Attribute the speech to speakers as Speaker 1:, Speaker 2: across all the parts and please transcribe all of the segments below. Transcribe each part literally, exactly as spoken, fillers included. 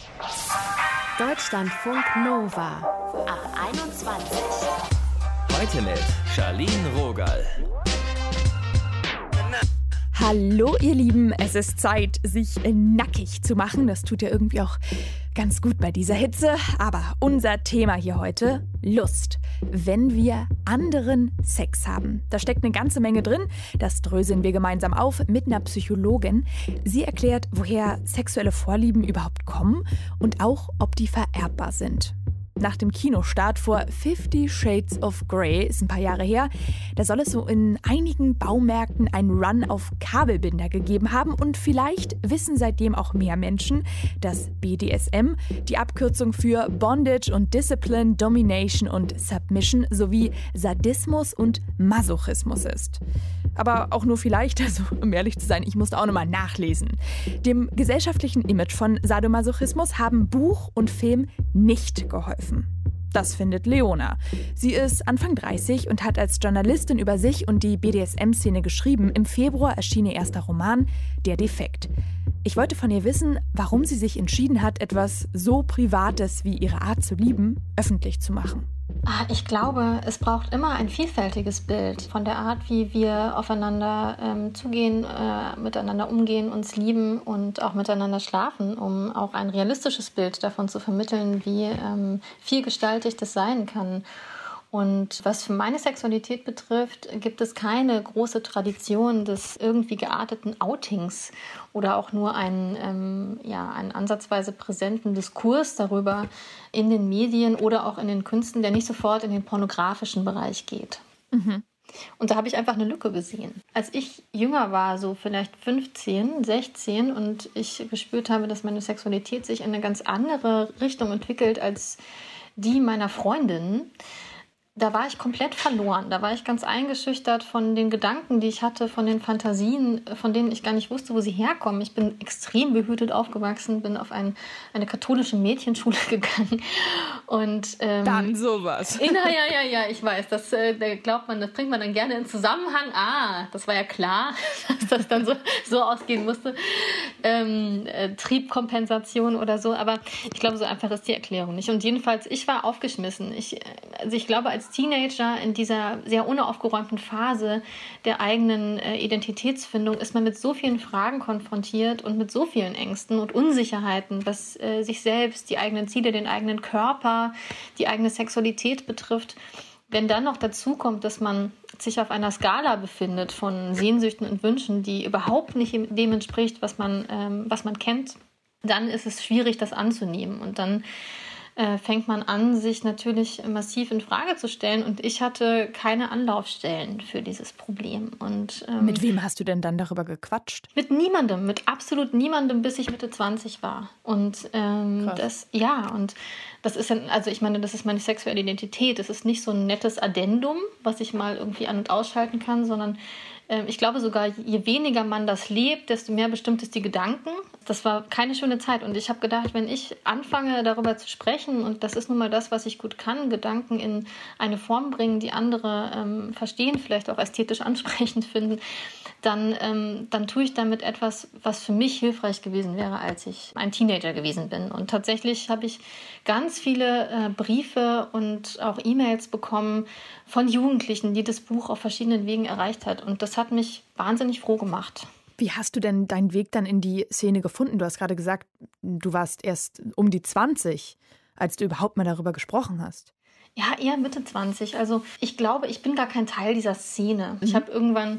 Speaker 1: Deutschlandfunk Nova ab einundzwanzig.
Speaker 2: Heute mit Charlene Rogal.
Speaker 3: Hallo ihr Lieben, es ist Zeit, sich nackig zu machen. Das tut ja irgendwie auch ganz gut bei dieser Hitze. Aber unser Thema hier heute, Lust. Wenn wir anderen Sex haben. Da steckt eine ganze Menge drin. Das dröseln wir gemeinsam auf mit einer Psychologin. Sie erklärt, woher sexuelle Vorlieben überhaupt kommen und auch, ob die vererbbar sind. Nach dem Kinostart vor Fifty Shades of Grey, ist ein paar Jahre her, da soll es so in einigen Baumärkten einen Run auf Kabelbinder gegeben haben. Und vielleicht wissen seitdem auch mehr Menschen, dass B D S M die Abkürzung für Bondage und Discipline, Domination und Submission sowie Sadismus und Masochismus ist. Aber auch nur vielleicht, also um ehrlich zu sein, ich musste auch nochmal nachlesen. Dem gesellschaftlichen Image von Sadomasochismus haben Buch und Film nicht geholfen. Das findet Leona. Sie ist Anfang dreißig und hat als Journalistin über sich und die B D S M-Szene geschrieben. Im Februar erschien ihr erster Roman, Der Defekt. Ich wollte von ihr wissen, warum sie sich entschieden hat, etwas so Privates wie ihre Art zu lieben, öffentlich zu machen.
Speaker 4: Ich glaube, es braucht immer ein vielfältiges Bild von der Art, wie wir aufeinander ähm, zugehen, äh, miteinander umgehen, uns lieben und auch miteinander schlafen, um auch ein realistisches Bild davon zu vermitteln, wie ähm, vielgestaltig das sein kann. Und was für meine Sexualität betrifft, gibt es keine große Tradition des irgendwie gearteten Outings oder auch nur einen, ähm, ja, einen ansatzweise präsenten Diskurs darüber in den Medien oder auch in den Künsten, der nicht sofort in den pornografischen Bereich geht. Mhm. Und da habe ich einfach eine Lücke gesehen. Als ich jünger war, so vielleicht fünfzehn, sechzehn, und ich gespürt habe, dass meine Sexualität sich in eine ganz andere Richtung entwickelt als die meiner Freundinnen, da war ich komplett verloren. Da war ich ganz eingeschüchtert von den Gedanken, die ich hatte, von den Fantasien, von denen ich gar nicht wusste, wo sie herkommen. Ich bin extrem behütet aufgewachsen, bin auf ein, eine katholische Mädchenschule gegangen. Und, ähm,
Speaker 3: dann sowas.
Speaker 4: Na, ja, ja, ja, ich weiß. Das äh, glaubt man, das bringt man dann gerne in Zusammenhang. Ah, das war ja klar, dass das dann so, so ausgehen musste. Ähm, äh, Triebkompensation oder so. Aber ich glaube, so einfach ist die Erklärung nicht. Und jedenfalls, ich war aufgeschmissen. Ich, also ich glaube, als Teenager in dieser sehr unaufgeräumten Phase der eigenen äh, Identitätsfindung ist man mit so vielen Fragen konfrontiert und mit so vielen Ängsten und Unsicherheiten, was äh, sich selbst, die eigenen Ziele, den eigenen Körper, die eigene Sexualität betrifft. Wenn dann noch dazu kommt, dass man sich auf einer Skala befindet von Sehnsüchten und Wünschen, die überhaupt nicht dem entspricht, was man, ähm, was man kennt, dann ist es schwierig, das anzunehmen. Und dann Äh, fängt man an, sich natürlich massiv in Frage zu stellen. Und ich hatte keine Anlaufstellen für dieses Problem. Und, ähm,
Speaker 3: mit wem hast du denn dann darüber gequatscht?
Speaker 4: Mit niemandem, mit absolut niemandem, bis ich Mitte zwanzig war. Und ähm, das, ja, und das ist, also ich meine, das ist meine sexuelle Identität. Das ist nicht so ein nettes Addendum, was ich mal irgendwie an- und ausschalten kann, sondern ich glaube sogar, je weniger man das lebt, desto mehr bestimmt es die Gedanken. Das war keine schöne Zeit. Und ich habe gedacht, wenn ich anfange, darüber zu sprechen, und das ist nun mal das, was ich gut kann, Gedanken in eine Form bringen, die andere ähm, verstehen, vielleicht auch ästhetisch ansprechend finden, dann, ähm, dann tue ich damit etwas, was für mich hilfreich gewesen wäre, als ich ein Teenager gewesen bin. Und tatsächlich habe ich ganz viele äh, Briefe und auch E-Mails bekommen von Jugendlichen, die das Buch auf verschiedenen Wegen erreicht hat. Und das hat mich wahnsinnig froh gemacht.
Speaker 3: Wie hast du denn deinen Weg dann in die Szene gefunden? Du hast gerade gesagt, du warst erst um die zwanzig, als du überhaupt mal darüber gesprochen hast.
Speaker 4: Ja, eher Mitte zwanzig. Also ich glaube, ich bin gar kein Teil dieser Szene. Mhm. Ich habe irgendwann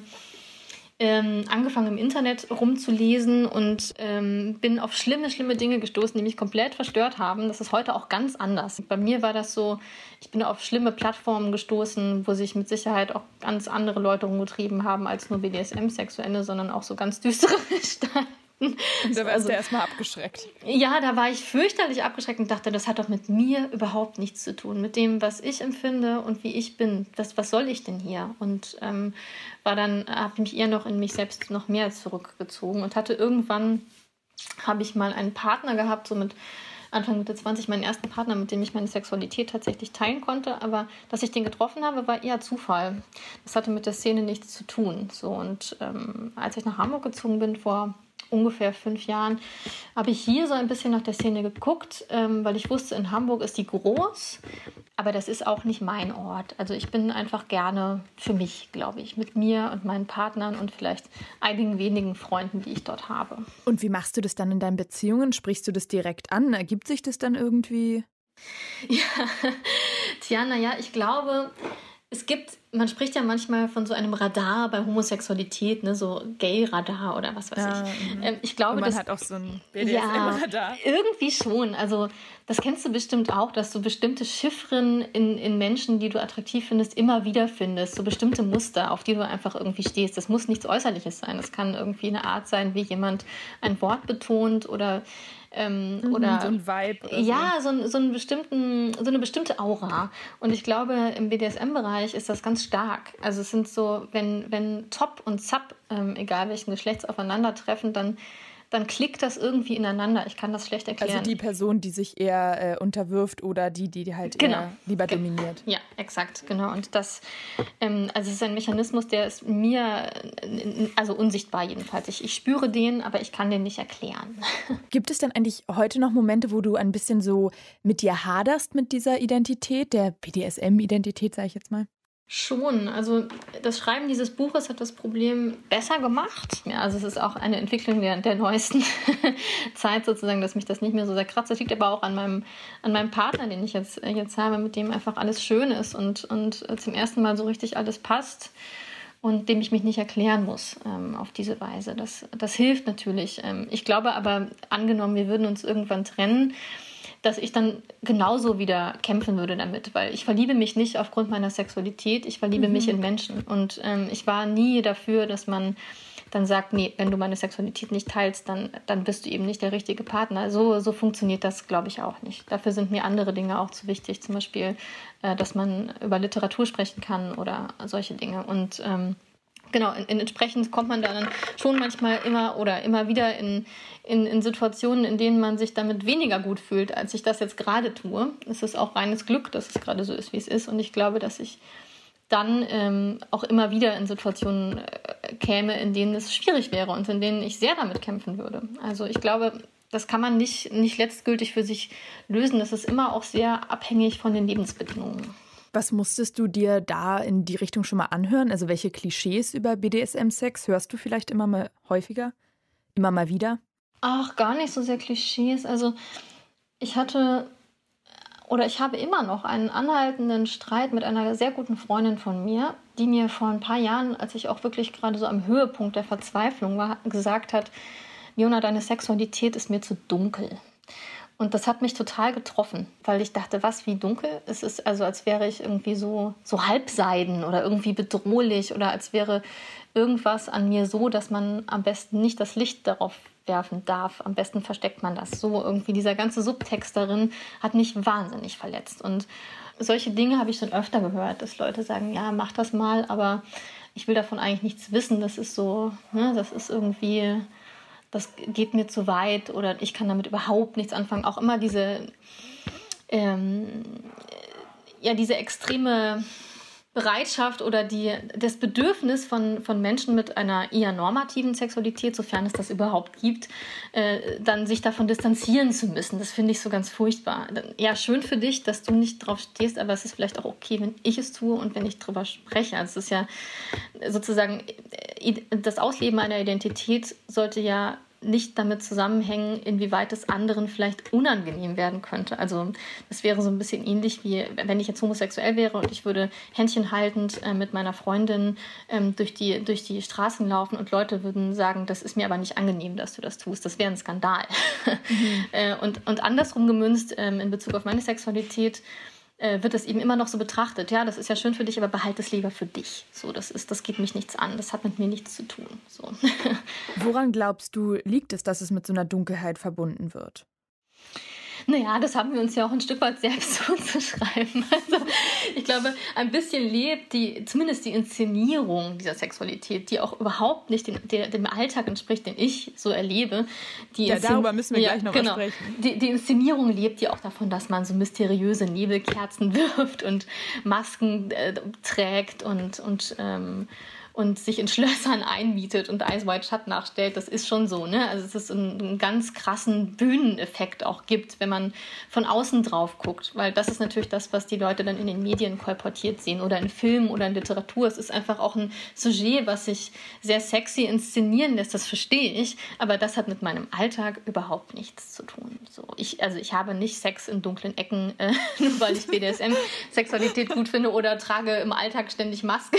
Speaker 4: ähm, angefangen, im Internet rumzulesen und ähm, bin auf schlimme, schlimme Dinge gestoßen, die mich komplett verstört haben. Das ist heute auch ganz anders. Bei mir war das so, ich bin auf schlimme Plattformen gestoßen, wo sich mit Sicherheit auch ganz andere Leute rumgetrieben haben als nur B D S M-Sexuelle, sondern auch so ganz düstere Gestalten.
Speaker 3: Da warst also, du erstmal abgeschreckt.
Speaker 4: Ja, da war ich fürchterlich abgeschreckt und dachte, das hat doch mit mir überhaupt nichts zu tun. Mit dem, was ich empfinde und wie ich bin. Was, was soll ich denn hier? Und ähm, war dann, habe mich eher noch in mich selbst noch mehr zurückgezogen und hatte irgendwann, habe ich mal einen Partner gehabt, so mit Anfang Mitte zwanzig, meinen ersten Partner, mit dem ich meine Sexualität tatsächlich teilen konnte. Aber dass ich den getroffen habe, war eher Zufall. Das hatte mit der Szene nichts zu tun. So, und ähm, als ich nach Hamburg gezogen bin vor ungefähr fünf Jahren, habe ich hier so ein bisschen nach der Szene geguckt, ähm, weil ich wusste, in Hamburg ist die groß, aber das ist auch nicht mein Ort. Also ich bin einfach gerne für mich, glaube ich, mit mir und meinen Partnern und vielleicht einigen wenigen Freunden, die ich dort habe.
Speaker 3: Und wie machst du das dann in deinen Beziehungen? Sprichst du das direkt an? Ergibt sich das dann irgendwie?
Speaker 4: Ja, tja, naja, ich glaube, es gibt, man spricht ja manchmal von so einem Radar bei Homosexualität, ne, so Gay-Radar oder was weiß
Speaker 3: ja,
Speaker 4: ich. Ähm, ich glaube,
Speaker 3: und man
Speaker 4: das,
Speaker 3: hat auch so ein B D S M-Radar.
Speaker 4: Ja, irgendwie schon. Also das kennst du bestimmt auch, dass du bestimmte Chiffren in, in Menschen, die du attraktiv findest, immer wieder findest. So bestimmte Muster, auf die du einfach irgendwie stehst. Das muss nichts Äußerliches sein. Das kann irgendwie eine Art sein, wie jemand ein Wort betont oder Ähm,
Speaker 3: mhm,
Speaker 4: oder
Speaker 3: so ein Vibe. Oder
Speaker 4: ja, so, so, so, einen bestimmten, so eine bestimmte Aura. Und ich glaube, im B D S M-Bereich ist das ganz stark. Also es sind so, wenn, wenn Top und Sub, ähm, egal welchen Geschlechts, aufeinandertreffen, dann, dann klickt das irgendwie ineinander. Ich kann das schlecht erklären.
Speaker 3: Also die Person, die sich eher äh, unterwirft oder die, die halt
Speaker 4: genau.
Speaker 3: eher lieber
Speaker 4: Ge-
Speaker 3: dominiert.
Speaker 4: Ja, exakt, genau. Und das, ähm, also es ist ein Mechanismus, der ist mir, äh, also unsichtbar jedenfalls. Ich, ich spüre den, aber ich kann den nicht erklären.
Speaker 3: Gibt es denn eigentlich heute noch Momente, wo du ein bisschen so mit dir haderst mit dieser Identität, der B D S M-Identität, sage ich jetzt mal?
Speaker 4: Schon. Also das Schreiben dieses Buches hat das Problem besser gemacht. Ja, also es ist auch eine Entwicklung der, der neuesten Zeit sozusagen, dass mich das nicht mehr so sehr kratzt. Das liegt aber auch an meinem, an meinem Partner, den ich jetzt, jetzt habe, mit dem einfach alles schön ist und, und zum ersten Mal so richtig alles passt und dem ich mich nicht erklären muss ähm, auf diese Weise. Das, das hilft natürlich. Ähm, ich glaube aber, angenommen, wir würden uns irgendwann trennen, dass ich dann genauso wieder kämpfen würde damit, weil ich verliebe mich nicht aufgrund meiner Sexualität, ich verliebe mhm. mich in Menschen und ähm, ich war nie dafür, dass man dann sagt, nee, wenn du meine Sexualität nicht teilst, dann, dann bist du eben nicht der richtige Partner. So, so funktioniert das, glaube ich, auch nicht. Dafür sind mir andere Dinge auch zu wichtig, zum Beispiel, äh, dass man über Literatur sprechen kann oder solche Dinge und ähm, Genau, in, in entsprechend kommt man da dann schon manchmal immer oder immer wieder in, in, in Situationen, in denen man sich damit weniger gut fühlt, als ich das jetzt gerade tue. Es ist auch reines Glück, dass es gerade so ist, wie es ist. Und ich glaube, dass ich dann ähm, auch immer wieder in Situationen äh, käme, in denen es schwierig wäre und in denen ich sehr damit kämpfen würde. Also ich glaube, das kann man nicht, nicht letztgültig für sich lösen. Das ist immer auch sehr abhängig von den Lebensbedingungen.
Speaker 3: Was musstest du dir da in die Richtung schon mal anhören? Also welche Klischees über B D S M-Sex hörst du vielleicht immer mal häufiger? Immer mal wieder?
Speaker 4: Ach, gar nicht so sehr Klischees. Also ich hatte oder ich habe immer noch einen anhaltenden Streit mit einer sehr guten Freundin von mir, die mir vor ein paar Jahren, als ich auch wirklich gerade so am Höhepunkt der Verzweiflung war, gesagt hat, Jona, deine Sexualität ist mir zu dunkel. Und das hat mich total getroffen, weil ich dachte, was, wie dunkel? Es ist also, als wäre ich irgendwie so, so halbseiden oder irgendwie bedrohlich oder als wäre irgendwas an mir so, dass man am besten nicht das Licht darauf werfen darf. Am besten versteckt man das so. Irgendwie dieser ganze Subtext darin hat mich wahnsinnig verletzt. Und solche Dinge habe ich schon öfter gehört, dass Leute sagen, ja, mach das mal, aber ich will davon eigentlich nichts wissen. Das ist so, ne, das ist irgendwie... das geht mir zu weit oder ich kann damit überhaupt nichts anfangen. Auch immer diese, ähm, ja, diese extreme Bereitschaft oder die, das Bedürfnis von, von Menschen mit einer eher normativen Sexualität, sofern es das überhaupt gibt, äh, dann sich davon distanzieren zu müssen. Das finde ich so ganz furchtbar. Ja, schön für dich, dass du nicht drauf stehst, aber es ist vielleicht auch okay, wenn ich es tue und wenn ich drüber spreche. Also es ist ja sozusagen, das Ausleben einer Identität sollte ja nicht damit zusammenhängen, inwieweit es anderen vielleicht unangenehm werden könnte. Also das wäre so ein bisschen ähnlich wie, wenn ich jetzt homosexuell wäre und ich würde händchenhaltend äh, mit meiner Freundin ähm, durch die, durch die Straßen laufen und Leute würden sagen, das ist mir aber nicht angenehm, dass du das tust. Das wäre ein Skandal. Mhm. äh, und, und andersrum gemünzt ähm, in Bezug auf meine Sexualität äh, wird das eben immer noch so betrachtet. Ja, das ist ja schön für dich, aber behalte es lieber für dich. So, das ist, das geht mich nichts an. Das hat mit mir nichts zu tun. So.
Speaker 3: Woran glaubst du, liegt es, dass es mit so einer Dunkelheit verbunden wird?
Speaker 4: Naja, das haben wir uns ja auch ein Stück weit selbst zuzuschreiben. Also ich glaube, ein bisschen lebt die, zumindest die Inszenierung dieser Sexualität, die auch überhaupt nicht den, der, dem Alltag entspricht, den ich so erlebe. Die
Speaker 3: ja,
Speaker 4: Inszen-
Speaker 3: darüber müssen wir
Speaker 4: ja,
Speaker 3: gleich noch
Speaker 4: genau.
Speaker 3: sprechen.
Speaker 4: Die, die Inszenierung lebt ja auch davon, dass man so mysteriöse Nebelkerzen wirft und Masken äh, trägt und, und, ähm, und sich in Schlössern einmietet und Eyes Wide Shut nachstellt. Das ist schon so, ne? Also es ist ein, einen ganz krassen Bühneneffekt auch gibt, wenn man von außen drauf guckt. Weil das ist natürlich das, was die Leute dann in den Medien kolportiert sehen oder in Filmen oder in Literatur. Es ist einfach auch ein Sujet, was sich sehr sexy inszenieren lässt. Das verstehe ich. Aber das hat mit meinem Alltag überhaupt nichts zu tun. So, ich, also ich habe nicht Sex in dunklen Ecken, äh, nur weil ich B D S M-Sexualität gut finde oder trage im Alltag ständig Maske.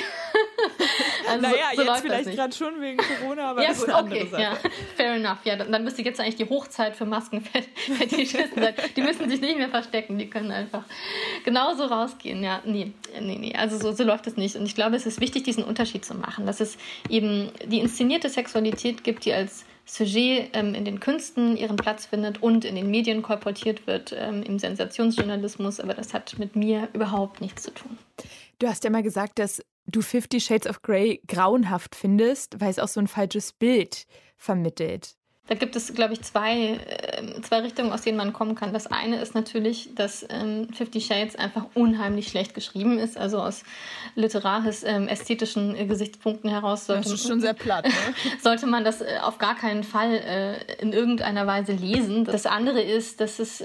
Speaker 3: Also naja, so, so jetzt vielleicht gerade schon wegen Corona, aber ja, das gut, ist eine andere okay, Sache. Ja,
Speaker 4: fair enough. Ja, dann, dann müsste jetzt eigentlich die Hochzeit für Maskenfetischisten sein. Die müssen sich nicht mehr verstecken, die können einfach genauso rausgehen. Ja, nee, nee, nee. Also so, so läuft es nicht. Und ich glaube, es ist wichtig, diesen Unterschied zu machen, dass es eben die inszenierte Sexualität gibt, die als Sujet ähm, in den Künsten ihren Platz findet und in den Medien kolportiert wird, ähm, im Sensationsjournalismus. Aber das hat mit mir überhaupt nichts zu tun.
Speaker 3: Du hast ja mal gesagt, dass du Fifty Shades of Grey grauenhaft findest, weil es auch so ein falsches Bild vermittelt.
Speaker 4: Da gibt es, glaube ich, zwei, äh, zwei Richtungen, aus denen man kommen kann. Das eine ist natürlich, dass ähm, Fifty Shades einfach unheimlich schlecht geschrieben ist. Also aus literarisch ähm, ästhetischen äh, Gesichtspunkten heraus sollte,
Speaker 3: das ist schon sehr platt, ne?
Speaker 4: sollte man das äh, auf gar keinen Fall äh, in irgendeiner Weise lesen. Das andere ist, dass es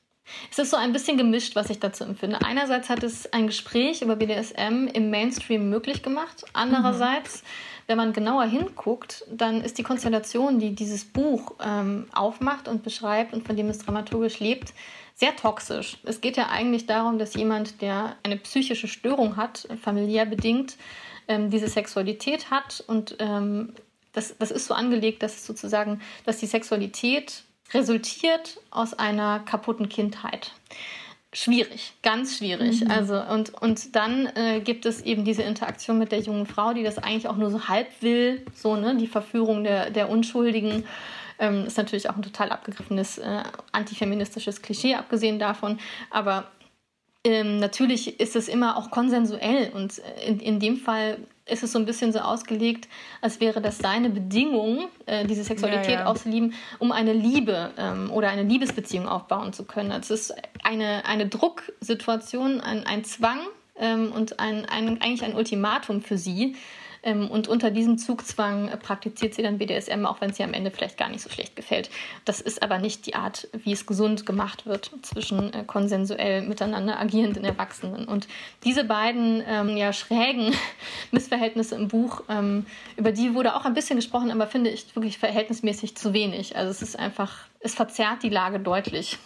Speaker 4: Es ist so ein bisschen gemischt, was ich dazu empfinde. Einerseits hat es ein Gespräch über B D S M im Mainstream möglich gemacht. Andererseits, mhm. wenn man genauer hinguckt, dann ist die Konstellation, die dieses Buch ähm, aufmacht und beschreibt und von dem es dramaturgisch lebt, sehr toxisch. Es geht ja eigentlich darum, dass jemand, der eine psychische Störung hat, familiär bedingt, ähm, diese Sexualität hat. Und ähm, das, das ist so angelegt, dass es sozusagen, dass die Sexualität resultiert aus einer kaputten Kindheit. Schwierig, ganz schwierig. Mhm. Also und, und dann äh, gibt es eben diese Interaktion mit der jungen Frau, die das eigentlich auch nur so halb will, so, ne, die Verführung der, der Unschuldigen. Ähm, ist natürlich auch ein total abgegriffenes äh, antifeministisches Klischee, abgesehen davon. Aber ähm, natürlich ist es immer auch konsensuell und in, in dem Fall ist es so ein bisschen so ausgelegt, als wäre das seine Bedingung, äh, diese Sexualität ja, ja. auszulieben, um eine Liebe ähm, oder eine Liebesbeziehung aufbauen zu können. Es ist eine, eine Drucksituation, ein, ein Zwang ähm, und ein, ein, eigentlich ein Ultimatum für sie. Ähm, und unter diesem Zugzwang äh, praktiziert sie dann B D S M, auch wenn es ihr am Ende vielleicht gar nicht so schlecht gefällt. Das ist aber nicht die Art, wie es gesund gemacht wird zwischen äh, konsensuell miteinander agierenden Erwachsenen. Und diese beiden ähm, ja, schrägen Missverhältnisse im Buch, ähm, über die wurde auch ein bisschen gesprochen, aber finde ich wirklich verhältnismäßig zu wenig. Also es ist einfach, es verzerrt die Lage deutlich.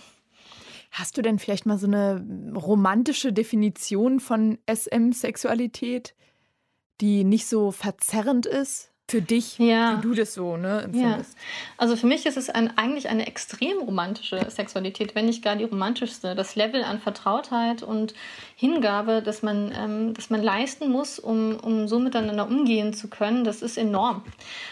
Speaker 3: Hast du denn vielleicht mal so eine romantische Definition von S M-Sexualität, die nicht so verzerrend ist für dich,
Speaker 4: ja.
Speaker 3: wie du das so ne, empfindest?
Speaker 4: Ja. Also für mich ist es ein, eigentlich eine extrem romantische Sexualität, wenn nicht gar die romantischste. Das Level an Vertrautheit und Hingabe, das man, ähm, das man leisten muss, um, um so miteinander umgehen zu können, das ist enorm.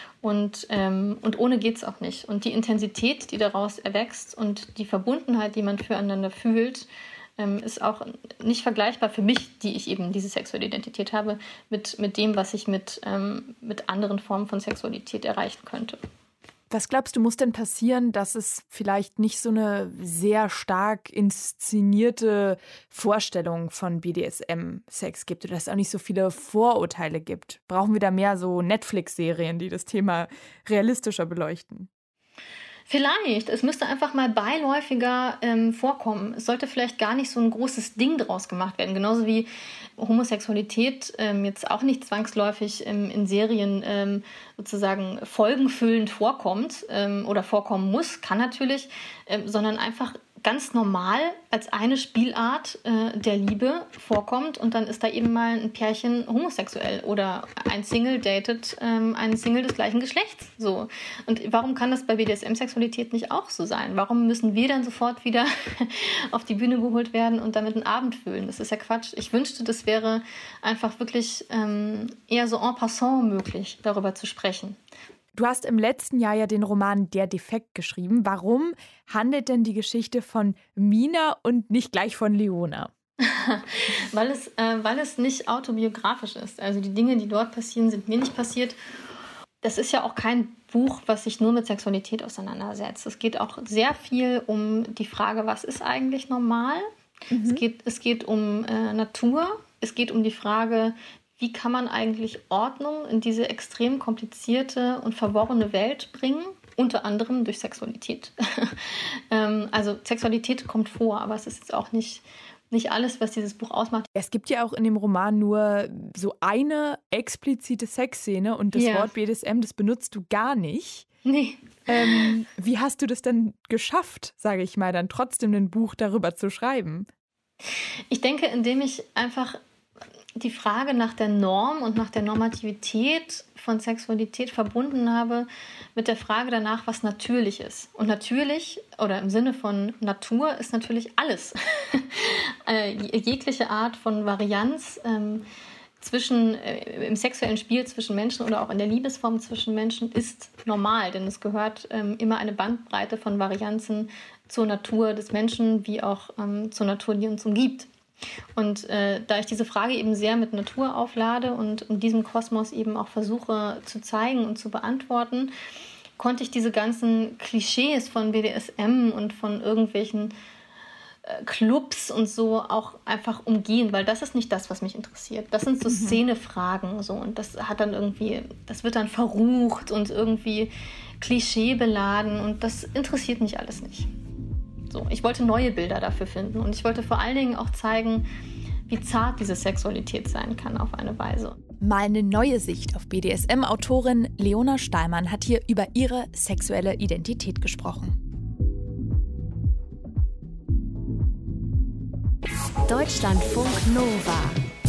Speaker 4: Und, ähm, und ohne geht's auch nicht. Und die Intensität, die daraus erwächst und die Verbundenheit, die man füreinander fühlt, ähm, ist auch nicht vergleichbar für mich, die ich eben diese sexuelle Identität habe, mit, mit dem, was ich mit, ähm, mit anderen Formen von Sexualität erreichen könnte.
Speaker 3: Was glaubst du, muss denn passieren, dass es vielleicht nicht so eine sehr stark inszenierte Vorstellung von B D S M-Sex gibt oder dass es auch nicht so viele Vorurteile gibt? Brauchen wir da mehr so Netflix-Serien, die das Thema realistischer beleuchten?
Speaker 4: Vielleicht. Es müsste einfach mal beiläufiger ähm, vorkommen. Es sollte vielleicht gar nicht so ein großes Ding draus gemacht werden. Genauso wie Homosexualität ähm, jetzt auch nicht zwangsläufig ähm, in Serien ähm, sozusagen folgenfüllend vorkommt ähm, oder vorkommen muss, kann natürlich, ähm, sondern einfach ganz normal als eine Spielart äh, der Liebe vorkommt und dann ist da eben mal ein Pärchen homosexuell oder ein Single datet ähm, einen Single des gleichen Geschlechts. So. Und warum kann das bei B D S M-Sexualität nicht auch so sein? Warum müssen wir dann sofort wieder auf die Bühne geholt werden und damit einen Abend füllen? Das ist ja Quatsch. Ich wünschte, das wäre einfach wirklich ähm, eher so en passant möglich, darüber zu sprechen.
Speaker 3: Du hast im letzten Jahr ja den Roman Der Defekt geschrieben. Warum handelt denn die Geschichte von Mina und nicht gleich von Leona?
Speaker 4: weil, es, äh, weil es nicht autobiografisch ist. Also die Dinge, die dort passieren, sind mir nicht passiert. Das ist ja auch kein Buch, was sich nur mit Sexualität auseinandersetzt. Es geht auch sehr viel um die Frage, was ist eigentlich normal? Mhm. Es geht, es geht um äh, Natur. Es geht um die Frage, wie kann man eigentlich Ordnung in diese extrem komplizierte und verworrene Welt bringen, unter anderem durch Sexualität. ähm, also Sexualität kommt vor, aber es ist jetzt auch nicht, nicht alles, was dieses Buch ausmacht.
Speaker 3: Es gibt ja auch in dem Roman nur so eine explizite Sexszene und das
Speaker 4: Ja.
Speaker 3: Wort B D S M, das benutzt du gar nicht.
Speaker 4: Nee.
Speaker 3: Ähm, wie hast du das denn geschafft, sage ich mal, dann trotzdem ein Buch darüber zu schreiben?
Speaker 4: Ich denke, indem ich einfach die Frage nach der Norm und nach der Normativität von Sexualität verbunden habe mit der Frage danach, was natürlich ist. Und natürlich, oder im Sinne von Natur, ist natürlich alles. äh, jegliche Art von Varianz ähm, zwischen, äh, im sexuellen Spiel zwischen Menschen oder auch in der Liebesform zwischen Menschen ist normal, denn es gehört ähm, immer eine Bandbreite von Varianzen zur Natur des Menschen, wie auch ähm, zur Natur, die uns umgibt. Und äh, da ich diese Frage eben sehr mit Natur auflade und in diesem Kosmos eben auch versuche zu zeigen und zu beantworten, konnte ich diese ganzen Klischees von B D S M und von irgendwelchen äh, Clubs und so auch einfach umgehen, weil das ist nicht das, was mich interessiert. Das sind so Szenefragen so und das hat dann irgendwie, das wird dann verrucht und irgendwie klischeebeladen und das interessiert mich alles nicht. So, ich wollte neue Bilder dafür finden und ich wollte vor allen Dingen auch zeigen, wie zart diese Sexualität sein kann auf eine Weise.
Speaker 3: Mal eine neue Sicht auf B D S M-Autorin Leona Steilmann hat hier über ihre sexuelle Identität gesprochen.
Speaker 1: Deutschlandfunk Nova.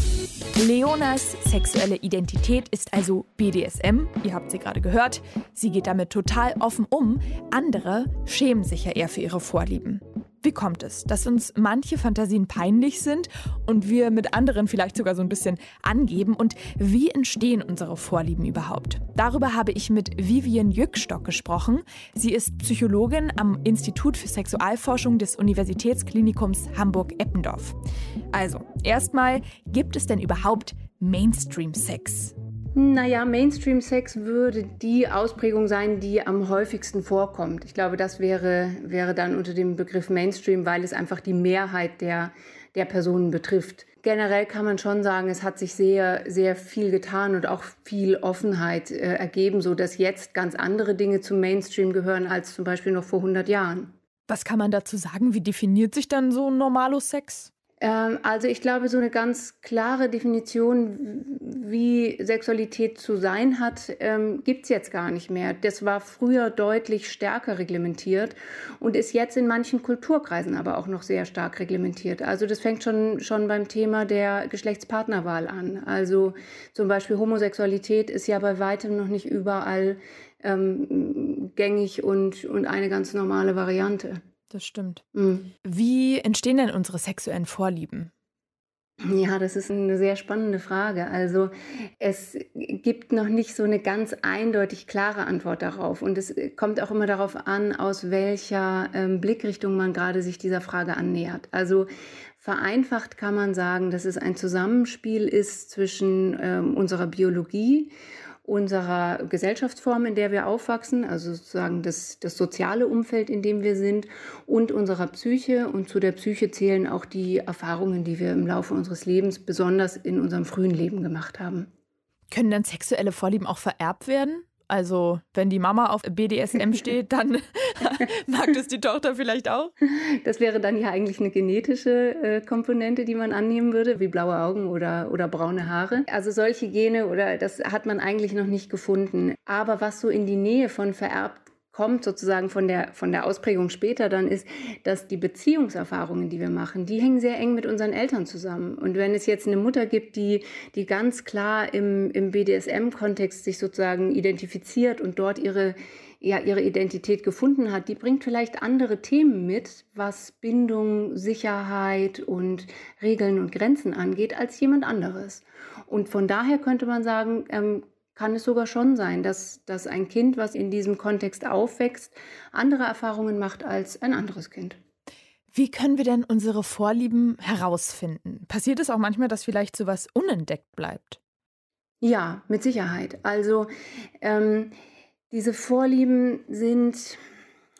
Speaker 3: Leonas sexuelle Identität ist also B D S M, ihr habt sie gerade gehört. Sie geht damit total offen um. Andere schämen sich ja eher für ihre Vorlieben. Wie kommt es, dass uns manche Fantasien peinlich sind und wir mit anderen vielleicht sogar so ein bisschen angeben? Und wie entstehen unsere Vorlieben überhaupt? Darüber habe ich mit Vivian Jückstock gesprochen. Sie ist Psychologin am Institut für Sexualforschung des Universitätsklinikums Hamburg-Eppendorf. Also, erstmal, gibt es denn überhaupt Mainstream-Sex?
Speaker 5: Naja, Mainstream-Sex würde die Ausprägung sein, die am häufigsten vorkommt. Ich glaube, das wäre, wäre dann unter dem Begriff Mainstream, weil es einfach die Mehrheit der, der Personen betrifft. Generell kann man schon sagen, es hat sich sehr, sehr viel getan und auch viel Offenheit äh, ergeben, sodass jetzt ganz andere Dinge zum Mainstream gehören als zum Beispiel noch vor hundert Jahren.
Speaker 3: Was kann man dazu sagen? Wie definiert sich dann so ein Normalo-Sex?
Speaker 5: Also ich glaube, so eine ganz klare Definition, wie Sexualität zu sein hat, ähm, gibt es jetzt gar nicht mehr. Das war früher deutlich stärker reglementiert und ist jetzt in manchen Kulturkreisen aber auch noch sehr stark reglementiert. Also das fängt schon, schon beim Thema der Geschlechtspartnerwahl an. Also zum Beispiel Homosexualität ist ja bei weitem noch nicht überall ähm, gängig und, und eine ganz normale Variante.
Speaker 3: Das stimmt.
Speaker 5: Mhm.
Speaker 3: Wie entstehen denn unsere sexuellen Vorlieben?
Speaker 5: Ja, das ist eine sehr spannende Frage. Also es gibt noch nicht so eine ganz eindeutig klare Antwort darauf. Und es kommt auch immer darauf an, aus welcher ähm, Blickrichtung man gerade sich dieser Frage annähert. Also vereinfacht kann man sagen, dass es ein Zusammenspiel ist zwischen ähm, unserer Biologie, unserer Gesellschaftsform, in der wir aufwachsen, also sozusagen das, das soziale Umfeld, in dem wir sind, und unserer Psyche. Und zu der Psyche zählen auch die Erfahrungen, die wir im Laufe unseres Lebens, besonders in unserem frühen Leben gemacht haben.
Speaker 3: Können dann sexuelle Vorlieben auch vererbt werden? Also wenn die Mama auf B D S M steht, dann mag das die Tochter vielleicht auch?
Speaker 5: Das wäre dann ja eigentlich eine genetische äh, Komponente, die man annehmen würde, wie blaue Augen oder, oder braune Haare. Also solche Gene, oder das hat man eigentlich noch nicht gefunden. Aber was so in die Nähe von vererbt kommt, sozusagen von der, von der Ausprägung später dann, ist, dass die Beziehungserfahrungen, die wir machen, die hängen sehr eng mit unseren Eltern zusammen. Und wenn es jetzt eine Mutter gibt, die, die ganz klar im, im B D S M-Kontext sich sozusagen identifiziert und dort ihre, ja, ihre Identität gefunden hat, die bringt vielleicht andere Themen mit, was Bindung, Sicherheit und Regeln und Grenzen angeht, als jemand anderes. Und von daher könnte man sagen, ähm, kann es sogar schon sein, dass, dass ein Kind, was in diesem Kontext aufwächst, andere Erfahrungen macht als ein anderes Kind.
Speaker 3: Wie können wir denn unsere Vorlieben herausfinden? Passiert es auch manchmal, dass vielleicht sowas unentdeckt bleibt?
Speaker 5: Ja, mit Sicherheit. Also ähm, diese Vorlieben sind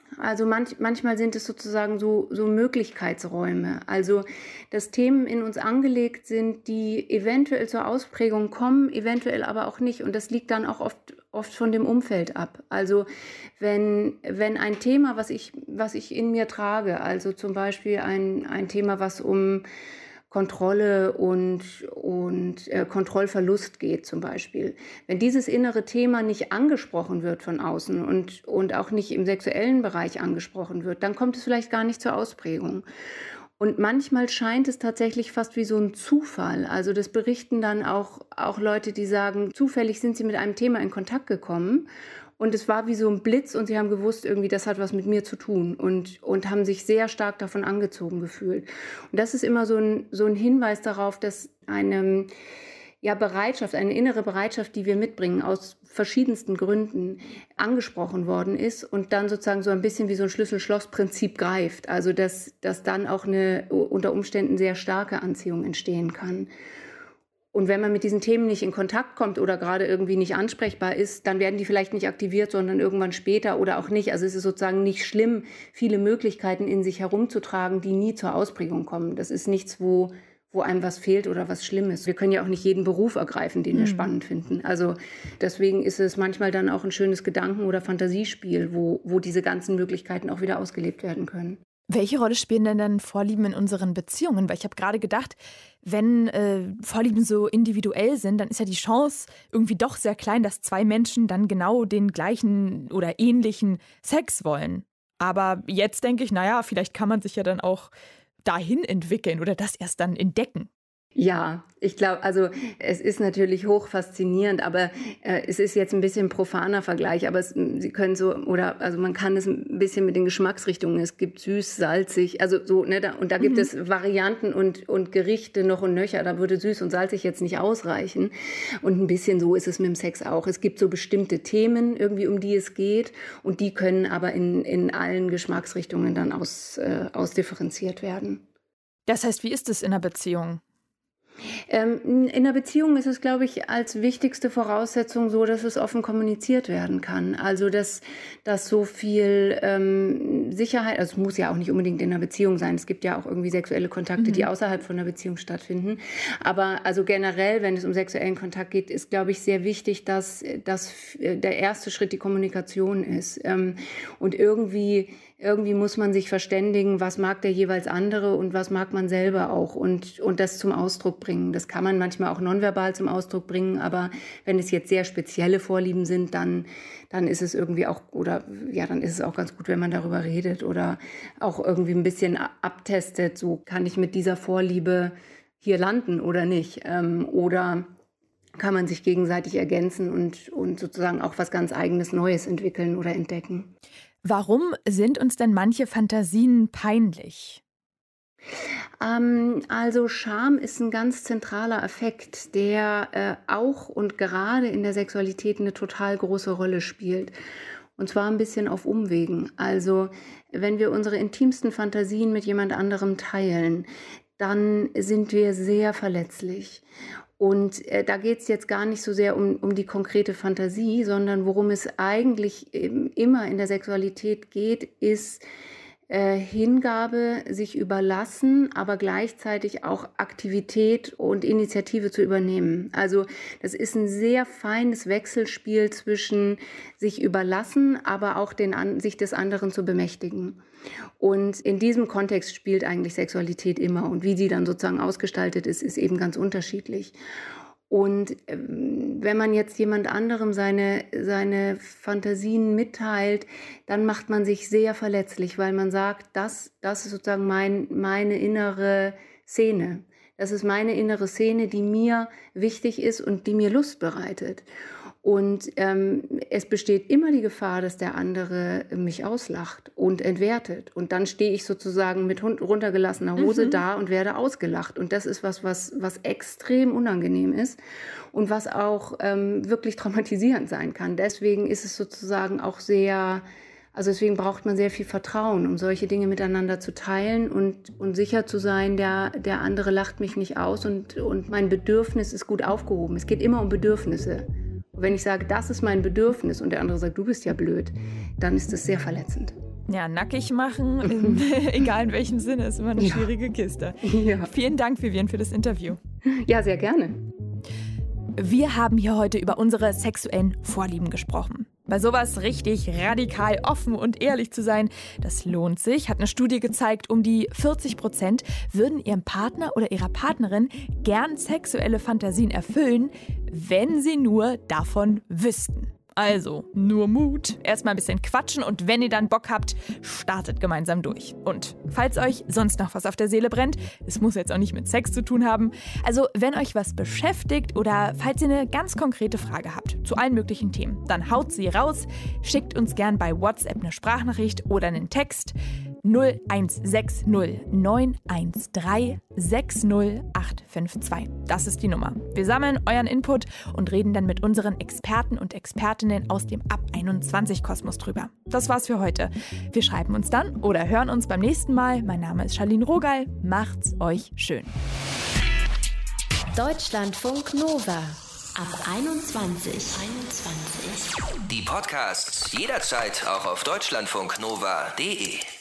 Speaker 5: Also manch, manchmal sind es sozusagen so, so Möglichkeitsräume. Also dass Themen in uns angelegt sind, die eventuell zur Ausprägung kommen, eventuell aber auch nicht. Und das liegt dann auch oft, oft von dem Umfeld ab. Also wenn, wenn ein Thema, was ich, was ich in mir trage, also zum Beispiel ein, ein Thema, was um Kontrolle und, und äh, Kontrollverlust geht zum Beispiel. Wenn dieses innere Thema nicht angesprochen wird von außen und, und auch nicht im sexuellen Bereich angesprochen wird, dann kommt es vielleicht gar nicht zur Ausprägung. Und manchmal scheint es tatsächlich fast wie so ein Zufall. Also das berichten dann auch, auch Leute, die sagen, zufällig sind sie mit einem Thema in Kontakt gekommen. Und es war wie so ein Blitz und sie haben gewusst, irgendwie, das hat was mit mir zu tun und, und haben sich sehr stark davon angezogen gefühlt. Und das ist immer so ein, so ein Hinweis darauf, dass eine ja, Bereitschaft, eine innere Bereitschaft, die wir mitbringen, aus verschiedensten Gründen angesprochen worden ist und dann sozusagen so ein bisschen wie so ein Schlüssel-Schloss-Prinzip greift. Also dass, dass dann auch eine unter Umständen sehr starke Anziehung entstehen kann. Und wenn man mit diesen Themen nicht in Kontakt kommt oder gerade irgendwie nicht ansprechbar ist, dann werden die vielleicht nicht aktiviert, sondern irgendwann später oder auch nicht. Also es ist sozusagen nicht schlimm, viele Möglichkeiten in sich herumzutragen, die nie zur Ausprägung kommen. Das ist nichts, wo, wo einem was fehlt oder was schlimm ist. Wir können ja auch nicht jeden Beruf ergreifen, den wir mhm. spannend finden. Also deswegen ist es manchmal dann auch ein schönes Gedanken- oder Fantasiespiel, wo, wo diese ganzen Möglichkeiten auch wieder ausgelebt werden können.
Speaker 3: Welche Rolle spielen denn dann Vorlieben in unseren Beziehungen? Weil ich habe gerade gedacht, wenn äh, Vorlieben so individuell sind, dann ist ja die Chance irgendwie doch sehr klein, dass zwei Menschen dann genau den gleichen oder ähnlichen Sex wollen. Aber jetzt denke ich, naja, vielleicht kann man sich ja dann auch dahin entwickeln oder das erst dann entdecken.
Speaker 5: Ja, ich glaube, also es ist natürlich hoch faszinierend, aber äh, es ist jetzt ein bisschen ein profaner Vergleich, aber es, Sie können so, oder also man kann es ein bisschen mit den Geschmacksrichtungen, es gibt süß, salzig, also so, ne, da, und da gibt mhm. es Varianten und, und Gerichte noch und nöcher, da würde süß und salzig jetzt nicht ausreichen. Und ein bisschen so ist es mit dem Sex auch. Es gibt so bestimmte Themen irgendwie, um die es geht und die können aber in, in allen Geschmacksrichtungen dann aus, äh, ausdifferenziert werden.
Speaker 3: Das heißt, wie ist es in einer Beziehung?
Speaker 5: Ähm, in einer Beziehung ist es, glaube ich, als wichtigste Voraussetzung so, dass es offen kommuniziert werden kann. Also, dass, dass so viel ähm, Sicherheit, also es muss ja auch nicht unbedingt in einer Beziehung sein. Es gibt ja auch irgendwie sexuelle Kontakte, mhm. die außerhalb von einer Beziehung stattfinden. Aber also generell, wenn es um sexuellen Kontakt geht, ist, glaube ich, sehr wichtig, dass, dass der erste Schritt die Kommunikation ist. Ähm, und irgendwie Irgendwie muss man sich verständigen, was mag der jeweils andere und was mag man selber auch und, und das zum Ausdruck bringen. Das kann man manchmal auch nonverbal zum Ausdruck bringen, aber wenn es jetzt sehr spezielle Vorlieben sind, dann, dann ist es irgendwie auch, oder ja, dann ist es auch ganz gut, wenn man darüber redet oder auch irgendwie ein bisschen abtestet, so kann ich mit dieser Vorliebe hier landen oder nicht. Ähm, oder kann man sich gegenseitig ergänzen und, und sozusagen auch was ganz Eigenes Neues entwickeln oder entdecken.
Speaker 3: Warum sind uns denn manche Fantasien peinlich?
Speaker 5: Ähm, also Scham ist ein ganz zentraler Affekt, der äh, auch und gerade in der Sexualität eine total große Rolle spielt. Und zwar ein bisschen auf Umwegen. Also wenn wir unsere intimsten Fantasien mit jemand anderem teilen, dann sind wir sehr verletzlich. Und äh, da geht es jetzt gar nicht so sehr um, um die konkrete Fantasie, sondern worum es eigentlich eben immer in der Sexualität geht, ist äh, Hingabe, sich überlassen, aber gleichzeitig auch Aktivität und Initiative zu übernehmen. Also das ist ein sehr feines Wechselspiel zwischen sich überlassen, aber auch den an, sich des anderen zu bemächtigen. Und in diesem Kontext spielt eigentlich Sexualität immer. Und wie sie dann sozusagen ausgestaltet ist, ist eben ganz unterschiedlich. Und ähm, wenn man jetzt jemand anderem seine, seine Fantasien mitteilt, dann macht man sich sehr verletzlich, weil man sagt, das, das ist sozusagen mein, meine innere Szene. Das ist meine innere Szene, die mir wichtig ist und die mir Lust bereitet. Und ähm, es besteht immer die Gefahr, dass der andere mich auslacht und entwertet. Und dann stehe ich sozusagen mit runtergelassener Hose mhm. da und werde ausgelacht. Und das ist was, was, was extrem unangenehm ist und was auch ähm, wirklich traumatisierend sein kann. Deswegen ist es sozusagen auch sehr, also deswegen braucht man sehr viel Vertrauen, um solche Dinge miteinander zu teilen und, und sicher zu sein, der, der andere lacht mich nicht aus und, und mein Bedürfnis ist gut aufgehoben. Es geht immer um Bedürfnisse. Und wenn ich sage, das ist mein Bedürfnis und der andere sagt, du bist ja blöd, dann ist das sehr verletzend.
Speaker 3: Ja, nackig machen, in, egal in welchem Sinne, ist immer eine ja. schwierige Kiste. Ja. Vielen Dank, Vivian, für das Interview.
Speaker 5: Ja, sehr gerne.
Speaker 3: Wir haben hier heute über unsere sexuellen Vorlieben gesprochen. Bei sowas richtig radikal offen und ehrlich zu sein, das lohnt sich, hat eine Studie gezeigt, um die vierzig Prozent würden ihrem Partner oder ihrer Partnerin gern sexuelle Fantasien erfüllen, wenn sie nur davon wüssten. Also, nur Mut, erstmal ein bisschen quatschen und wenn ihr dann Bock habt, startet gemeinsam durch. Und falls euch sonst noch was auf der Seele brennt, es muss jetzt auch nicht mit Sex zu tun haben, also wenn euch was beschäftigt oder falls ihr eine ganz konkrete Frage habt zu allen möglichen Themen, dann haut sie raus, schickt uns gern bei WhatsApp eine Sprachnachricht oder einen Text null eins sechs null neun eins drei sechs null acht fünf zwei. Das ist die Nummer. Wir sammeln euren Input und reden dann mit unseren Experten und Expertinnen aus dem Ab einundzwanzig Kosmos drüber. Das war's für heute. Wir schreiben uns dann oder hören uns beim nächsten Mal. Mein Name ist Charlene Rogal. Macht's euch schön.
Speaker 1: Deutschlandfunk Nova. Ab einundzwanzig. einundzwanzig.
Speaker 2: Die Podcasts jederzeit auch auf deutschlandfunknova punkt de.